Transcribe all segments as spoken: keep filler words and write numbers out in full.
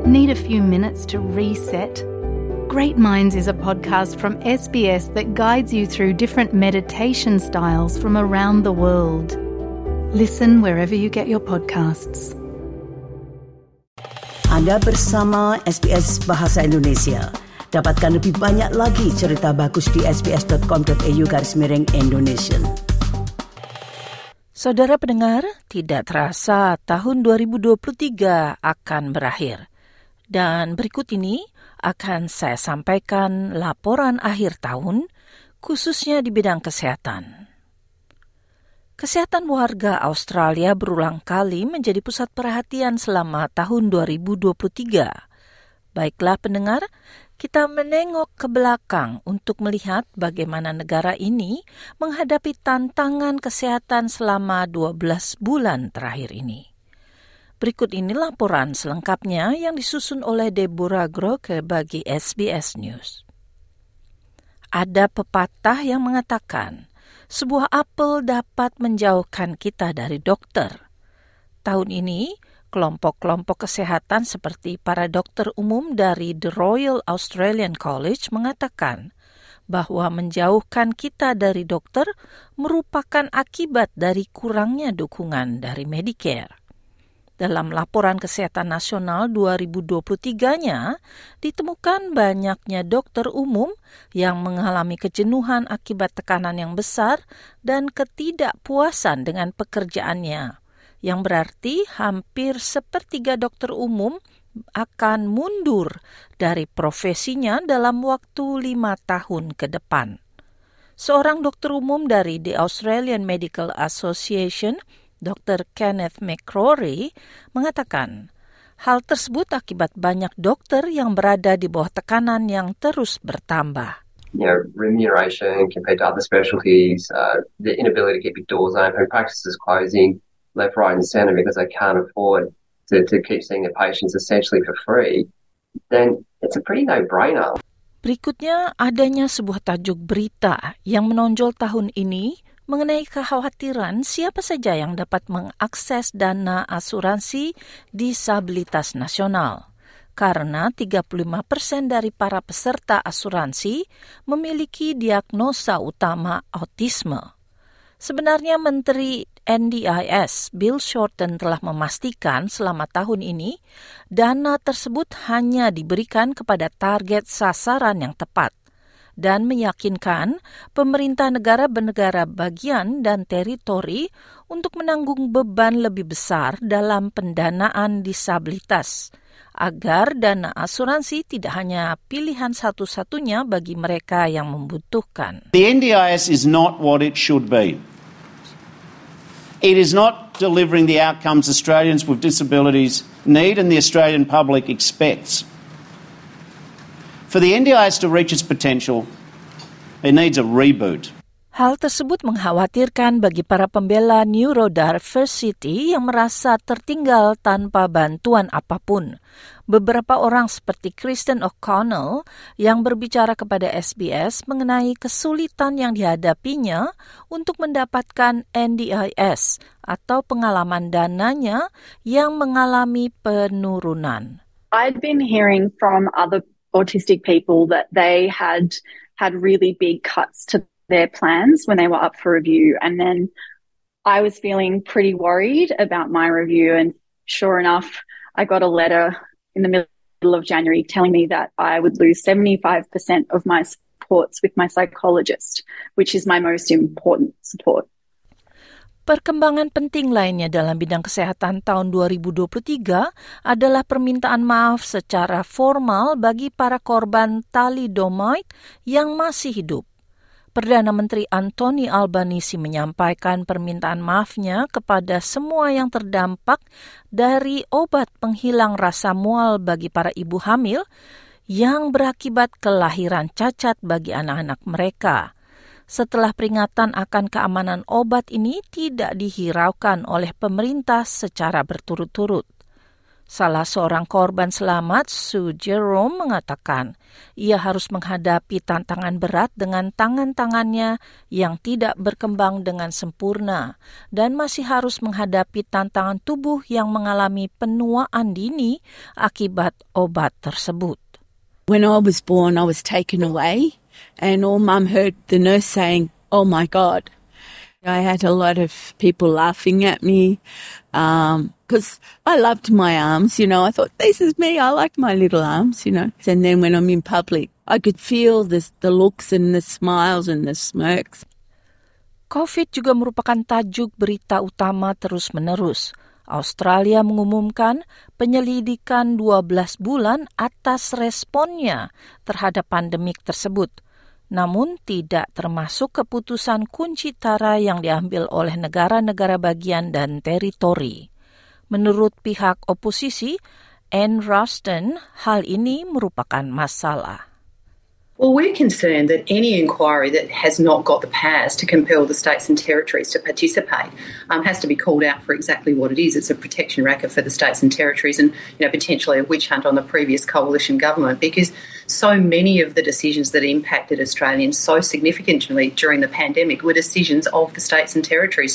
Need a few minutes to reset? Great Minds is a podcast from S B S that guides you through different meditation styles from around the world. Listen wherever you get your podcasts. Anda bersama S B S Bahasa Indonesia. Dapatkan lebih banyak lagi cerita bagus di sbs.com.au garis miring Indonesia. Saudara pendengar, tidak terasa tahun dua ribu dua puluh tiga akan berakhir. Dan berikut ini akan saya sampaikan laporan akhir tahun, khususnya di bidang kesehatan. Kesehatan warga Australia berulang kali menjadi pusat perhatian selama tahun dua ribu dua puluh tiga. Baiklah pendengar, kita menengok ke belakang untuk melihat bagaimana negara ini menghadapi tantangan kesehatan selama dua belas bulan terakhir ini. Berikut ini laporan selengkapnya yang disusun oleh Deborah Groke bagi S B S News. Ada pepatah yang mengatakan, sebuah apel dapat menjauhkan kita dari dokter. Tahun ini, kelompok-kelompok kesehatan seperti para dokter umum dari The Royal Australian College mengatakan bahwa menjauhkan kita dari dokter merupakan akibat dari kurangnya dukungan dari Medicare. Dalam laporan Kesehatan Nasional dua ribu dua puluh tiga-nya, ditemukan banyaknya dokter umum yang mengalami kejenuhan akibat tekanan yang besar dan ketidakpuasan dengan pekerjaannya, yang berarti hampir sepertiga dokter umum akan mundur dari profesinya dalam waktu lima tahun ke depan. Seorang dokter umum dari The Australian Medical Association, Doktor Kenneth McCrory, mengatakan hal tersebut akibat banyak dokter yang berada di bawah tekanan yang terus bertambah. You know, remuneration compared to other specialties, uh, the inability to keep your doors open, practices closing left, right and centre because they can't afford to, to keep seeing their patients essentially for free, then it's a pretty no-brainer. Berikutnya adanya sebuah tajuk berita yang menonjol tahun ini mengenai kekhawatiran siapa saja yang dapat mengakses dana asuransi disabilitas nasional. Karena tiga puluh lima persen dari para peserta asuransi memiliki diagnosa utama autisme. Sebenarnya Menteri N D I S Bill Shorten telah memastikan selama tahun ini dana tersebut hanya diberikan kepada target sasaran yang tepat dan meyakinkan pemerintah negara-negara bagian dan teritori untuk menanggung beban lebih besar dalam pendanaan disabilitas, agar dana asuransi tidak hanya pilihan satu-satunya bagi mereka yang membutuhkan. The N D I S is not what it should be. It is not delivering the outcomes Australians with disabilities need and the Australian public expects. For the N D I S to reach its potential, it needs a reboot. Hal tersebut mengkhawatirkan bagi para pembela neurodiversity yang merasa tertinggal tanpa bantuan apapun. Beberapa orang seperti Kristen O'Connell yang berbicara kepada S B S mengenai kesulitan yang dihadapinya untuk mendapatkan N D I S atau pengalaman dananya yang mengalami penurunan. I'd been hearing from other autistic people that they had had really big cuts to their plans when they were up for review. And then I was feeling pretty worried about my review. And sure enough, I got a letter in the middle of January telling me that I would lose seventy-five percent of my supports with my psychologist, which is my most important support. Perkembangan penting lainnya dalam bidang kesehatan tahun dua ribu dua puluh tiga adalah permintaan maaf secara formal bagi para korban thalidomide yang masih hidup. Perdana Menteri Anthony Albanese menyampaikan permintaan maafnya kepada semua yang terdampak dari obat penghilang rasa mual bagi para ibu hamil yang berakibat kelahiran cacat bagi anak-anak mereka. Setelah peringatan akan keamanan obat ini tidak dihiraukan oleh pemerintah secara berturut-turut. Salah seorang korban selamat, Sue Jerome, mengatakan ia harus menghadapi tantangan berat dengan tangan-tangannya yang tidak berkembang dengan sempurna dan masih harus menghadapi tantangan tubuh yang mengalami penuaan dini akibat obat tersebut. When I was born, I was taken away and all Mum heard the nurse saying, "Oh my God." I had a lot of people laughing at me because um, I loved my arms, you know. I thought, this is me, I like my little arms, you know. And then when I'm in public, I could feel this, the looks and the smiles and the smirks. COVID juga merupakan tajuk berita utama terus-menerus. Australia mengumumkan penyelidikan dua belas bulan atas responnya terhadap pandemik tersebut. Namun tidak termasuk keputusan kunci tara yang diambil oleh negara-negara bagian dan teritori. Menurut pihak oposisi, Anne Ruston, hal ini merupakan masalah. Well, we're concerned that any inquiry that has not got the powers to compel the states and territories to participate um, has to be called out for exactly what it is. It's a protection racket for the states and territories and, you know, potentially a witch hunt on the previous coalition government, because so many of the decisions that impacted Australians so significantly during the pandemic were decisions of the states and territories.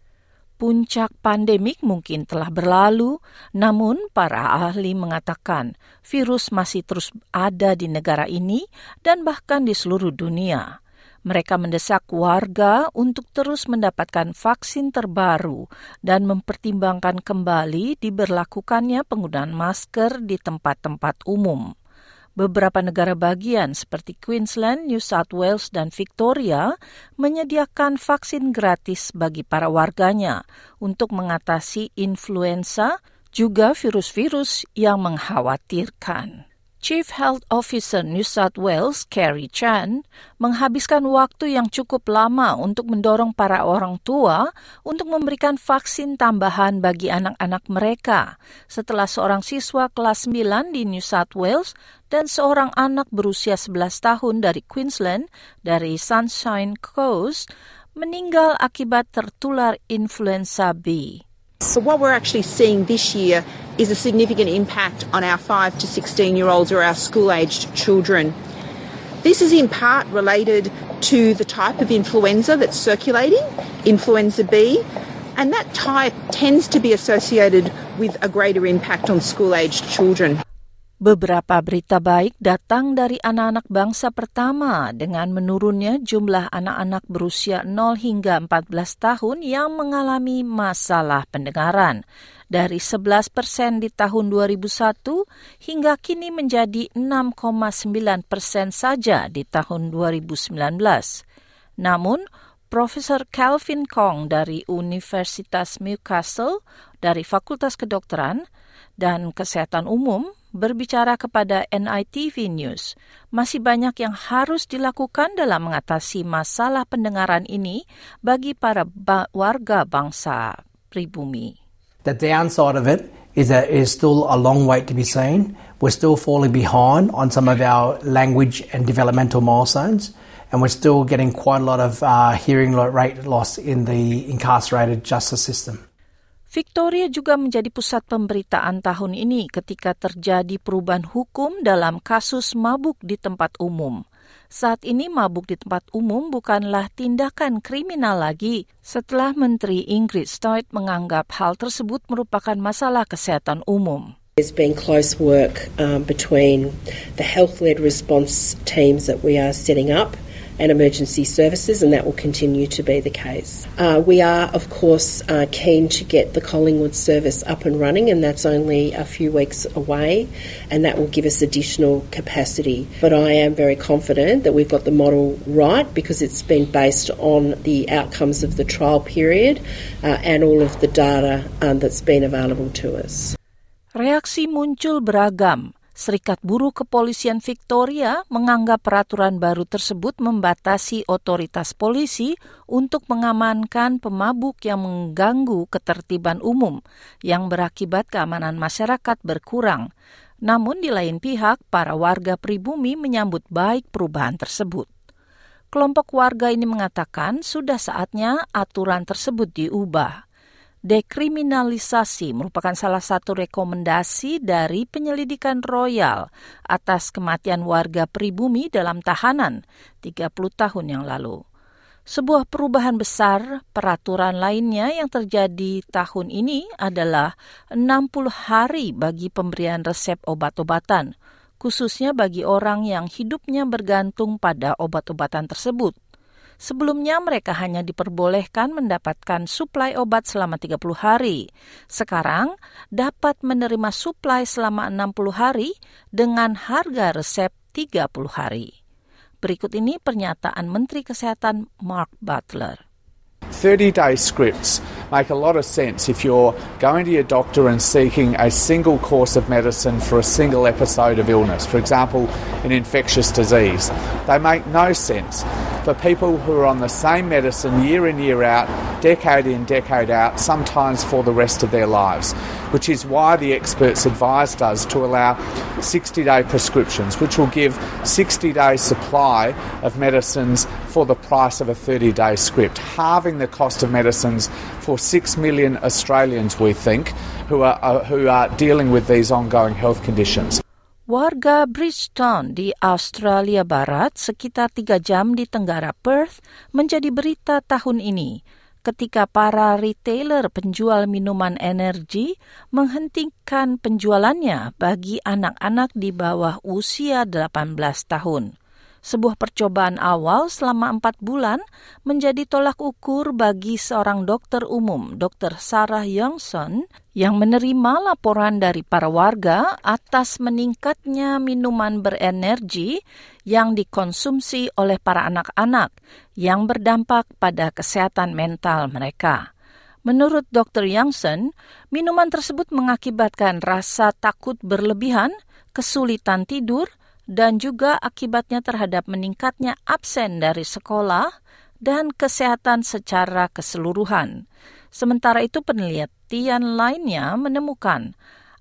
Puncak pandemik mungkin telah berlalu, namun para ahli mengatakan virus masih terus ada di negara ini dan bahkan di seluruh dunia. Mereka mendesak warga untuk terus mendapatkan vaksin terbaru dan mempertimbangkan kembali diberlakukannya penggunaan masker di tempat-tempat umum. Beberapa negara bagian seperti Queensland, New South Wales, dan Victoria menyediakan vaksin gratis bagi para warganya untuk mengatasi influenza, juga virus-virus yang mengkhawatirkan. Chief Health Officer New South Wales, Kerry Chan, menghabiskan waktu yang cukup lama untuk mendorong para orang tua untuk memberikan vaksin tambahan bagi anak-anak mereka setelah seorang siswa kelas sembilan di New South Wales dan seorang anak berusia sebelas tahun dari Queensland dari Sunshine Coast meninggal akibat tertular influenza B. So what we're actually seeing this year is a significant impact on our five to sixteen-year-olds or our school-aged children. This is in part related to the type of influenza that's circulating, influenza B, and that type tends to be associated with a greater impact on school-aged children. Beberapa berita baik datang dari anak-anak bangsa pertama dengan menurunnya jumlah anak-anak berusia nol hingga empat belas tahun yang mengalami masalah pendengaran. Dari sebelas persen di tahun dua ribu satu hingga kini menjadi enam koma sembilan persen saja di tahun dua ribu sembilan belas. Namun, Profesor Calvin Kong dari Universitas Newcastle dari Fakultas Kedokteran dan Kesehatan Umum berbicara kepada N I T V News, masih banyak yang harus dilakukan dalam mengatasi masalah pendengaran ini bagi para ba- warga bangsa pribumi. The downside of it is that it is still a long wait to be seen. We're still falling behind on some of our language and developmental milestones, and we're still getting quite a lot of uh, hearing rate loss in the incarcerated justice system. Victoria juga menjadi pusat pemberitaan tahun ini ketika terjadi perubahan hukum dalam kasus mabuk di tempat umum. Saat ini mabuk di tempat umum bukanlah tindakan kriminal lagi setelah Menteri Ingrid Stout menganggap hal tersebut merupakan masalah kesehatan umum. There's been close work um, between the health-led response teams that we are setting up and emergency services, and that will continue to be the case. Uh, we are, of course, uh, keen to get the Collingwood service up and running, and that's only a few weeks away, and that will give us additional capacity. But I am very confident that we've got the model right because it's been based on the outcomes of the trial period uh, and all of the data um, that's been available to us. Reaksi muncul beragam. Serikat Buruh Kepolisian Victoria menganggap peraturan baru tersebut membatasi otoritas polisi untuk mengamankan pemabuk yang mengganggu ketertiban umum yang berakibat keamanan masyarakat berkurang. Namun di lain pihak, para warga pribumi menyambut baik perubahan tersebut. Kelompok warga ini mengatakan sudah saatnya aturan tersebut diubah. Dekriminalisasi merupakan salah satu rekomendasi dari penyelidikan royal atas kematian warga pribumi dalam tahanan tiga puluh tahun yang lalu. Sebuah perubahan besar peraturan lainnya yang terjadi tahun ini adalah enam puluh hari bagi pemberian resep obat-obatan, khususnya bagi orang yang hidupnya bergantung pada obat-obatan tersebut. Sebelumnya mereka hanya diperbolehkan mendapatkan suplai obat selama tiga puluh hari. Sekarang dapat menerima suplai selama enam puluh hari dengan harga resep tiga puluh hari. Berikut ini pernyataan Menteri Kesehatan Mark Butler. thirty-day scripts make a lot of sense if you're going to your doctor and seeking a single course of medicine for a single episode of illness, for example, an infectious disease. They make no sense for people who are on the same medicine year in, year out, decade in, decade out, sometimes for the rest of their lives, which is why the experts advised us to allow sixty-day prescriptions, which will give sixty-day supply of medicines for the price of a thirty-day script, halving the cost of medicines for six million Australians, we think, who are, uh, who are dealing with these ongoing health conditions. Warga Bridgetown di Australia Barat, sekitar tiga jam di tenggara Perth, menjadi berita tahun ini ketika para retailer penjual minuman energi menghentikan penjualannya bagi anak-anak di bawah usia delapan belas tahun. Sebuah percobaan awal selama empat bulan menjadi tolak ukur bagi seorang dokter umum, Dokter Sarah Youngson, yang menerima laporan dari para warga atas meningkatnya minuman berenergi yang dikonsumsi oleh para anak-anak yang berdampak pada kesehatan mental mereka. Menurut Dokter Youngson, minuman tersebut mengakibatkan rasa takut berlebihan, kesulitan tidur, dan juga akibatnya terhadap meningkatnya absen dari sekolah dan kesehatan secara keseluruhan. Sementara itu penelitian lainnya menemukan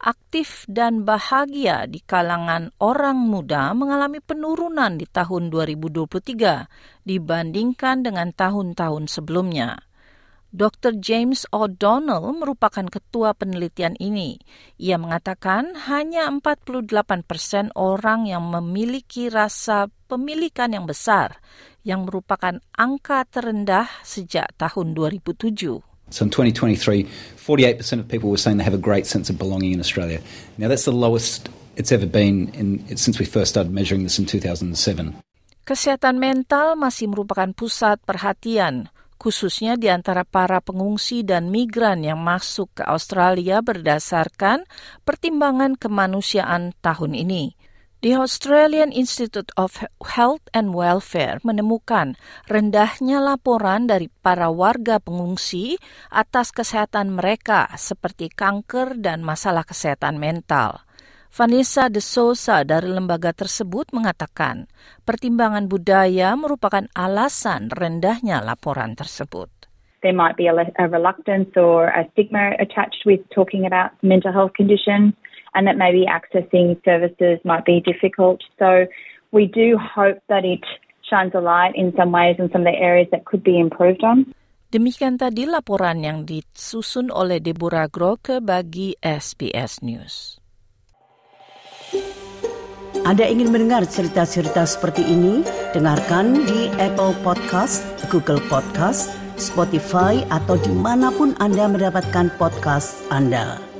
aktif dan bahagia di kalangan orang muda mengalami penurunan di tahun dua ribu dua puluh tiga dibandingkan dengan tahun-tahun sebelumnya. Dokter James O'Donnell merupakan ketua penelitian ini. Ia mengatakan hanya empat puluh delapan persen orang yang memiliki rasa pemilikan yang besar, yang merupakan angka terendah sejak tahun dua ribu tujuh. So in twenty twenty-three, forty-eight percent of people were saying they have a great sense of belonging in Australia. Now that's the lowest it's ever been in, since we first started measuring this in two thousand seven. Kesehatan mental masih merupakan pusat perhatian, khususnya di antara para pengungsi dan migran yang masuk ke Australia berdasarkan pertimbangan kemanusiaan tahun ini. The Australian Institute of Health and Welfare menemukan rendahnya laporan dari para warga pengungsi atas kesehatan mereka seperti kanker dan masalah kesehatan mental. Vanessa de Souza dari lembaga tersebut mengatakan pertimbangan budaya merupakan alasan rendahnya laporan tersebut. There might be a, a reluctance or a stigma attached with talking about mental health conditions, and that maybe accessing services might be difficult. So we do hope that it shines a light in some ways in some of the areas that could be improved on. Demikian tadi laporan yang disusun oleh Deborah Groke bagi S B S News. Anda ingin mendengar cerita-cerita seperti ini? Dengarkan di Apple Podcast, Google Podcast, Spotify, atau dimanapun Anda mendapatkan podcast Anda.